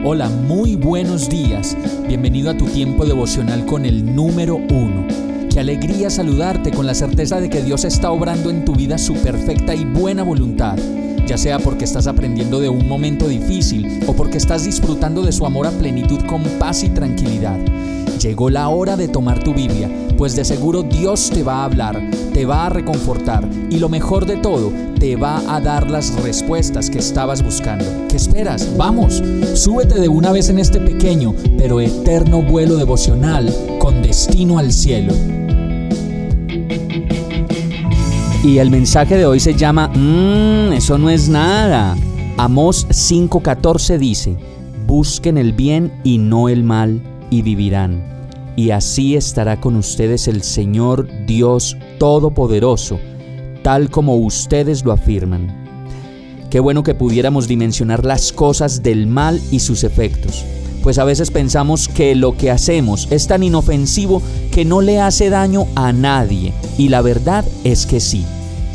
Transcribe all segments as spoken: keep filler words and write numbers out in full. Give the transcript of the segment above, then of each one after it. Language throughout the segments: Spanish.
Hola, muy buenos días. Bienvenido a tu tiempo devocional con el número uno. Qué alegría saludarte con la certeza de que Dios está obrando en tu vida su perfecta y buena voluntad, ya sea porque estás aprendiendo de un momento difícil o porque estás disfrutando de su amor a plenitud con paz y tranquilidad. Llegó la hora de tomar tu Biblia, pues de seguro Dios te va a hablar, te va a reconfortar y lo mejor de todo, te va a dar las respuestas que estabas buscando. ¿Qué esperas? ¡Vamos! Súbete de una vez en este pequeño pero eterno vuelo devocional con destino al cielo. Y el mensaje de hoy se llama Mmm, eso no es nada. Amós cinco catorce dice: busquen el bien y no el mal, y vivirán. Y así estará con ustedes el Señor Dios Todopoderoso, tal como ustedes lo afirman. Qué bueno que pudiéramos dimensionar las cosas del mal y sus efectos, pues a veces pensamos que lo que hacemos es tan inofensivo que no le hace daño a nadie, y la verdad es que sí,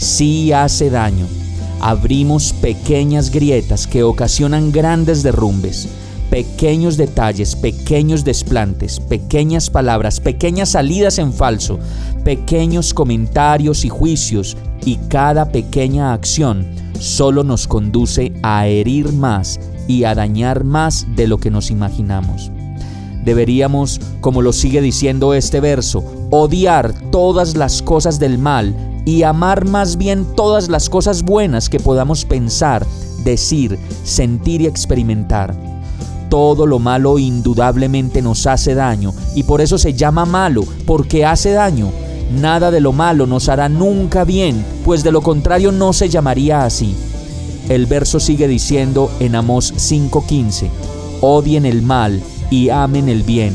sí hace daño. Abrimos pequeñas grietas que ocasionan grandes derrumbes. Pequeños detalles, pequeños desplantes, pequeñas palabras, pequeñas salidas en falso, pequeños comentarios y juicios, y cada pequeña acción solo nos conduce a herir más y a dañar más de lo que nos imaginamos. Deberíamos, como lo sigue diciendo este verso, odiar todas las cosas del mal y amar más bien todas las cosas buenas que podamos pensar, decir, sentir y experimentar. Todo lo malo indudablemente nos hace daño, y por eso se llama malo, porque hace daño. Nada de lo malo nos hará nunca bien, pues de lo contrario no se llamaría así. El verso sigue diciendo en Amós cinco quince: odien el mal y amen el bien.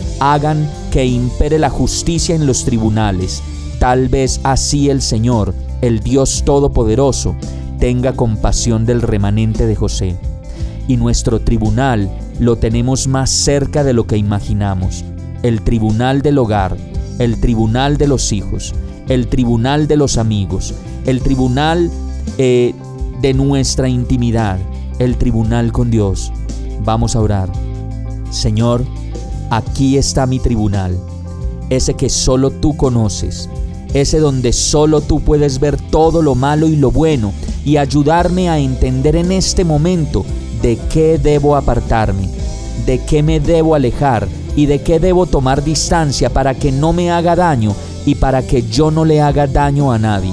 Hagan que impere la justicia en los tribunales. Tal vez así el Señor, el Dios Todopoderoso, tenga compasión del remanente de José. Y nuestro tribunal lo tenemos más cerca de lo que imaginamos. El tribunal del hogar, el tribunal de los hijos, el tribunal de los amigos, el tribunal eh, de nuestra intimidad, el tribunal con Dios. Vamos a orar. Señor, aquí está mi tribunal, ese que solo tú conoces, ese donde solo tú puedes ver todo lo malo y lo bueno y ayudarme a entender en este momento de qué debo apartarme, de qué me debo alejar y de qué debo tomar distancia para que no me haga daño y para que yo no le haga daño a nadie.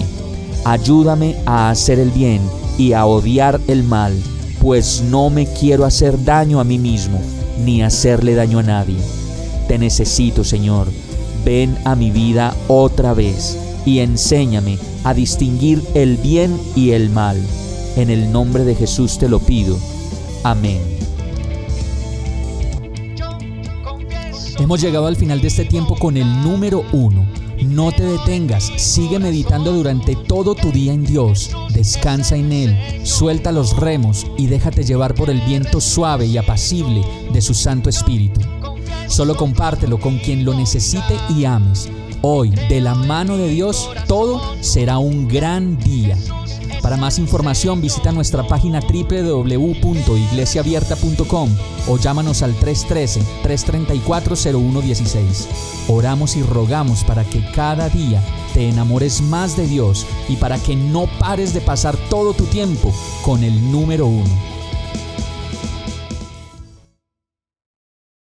Ayúdame a hacer el bien y a odiar el mal, pues no me quiero hacer daño a mí mismo ni hacerle daño a nadie. Te necesito, Señor. Ven a mi vida otra vez y enséñame a distinguir el bien y el mal. En el nombre de Jesús te lo pido. Amén. Hemos llegado al final de este tiempo con el número uno. No te detengas, sigue meditando durante todo tu día en Dios. Descansa en Él, suelta los remos y déjate llevar por el viento suave y apacible de su Santo Espíritu. Solo compártelo con quien lo necesite y ames. Hoy, de la mano de Dios, todo será un gran día. Para más información visita nuestra página doble u doble u doble u punto iglesia abierta punto com o llámanos al tres uno tres, tres tres cuatro, cero uno uno seis. Oramos y rogamos para que cada día te enamores más de Dios y para que no pares de pasar todo tu tiempo con el número uno.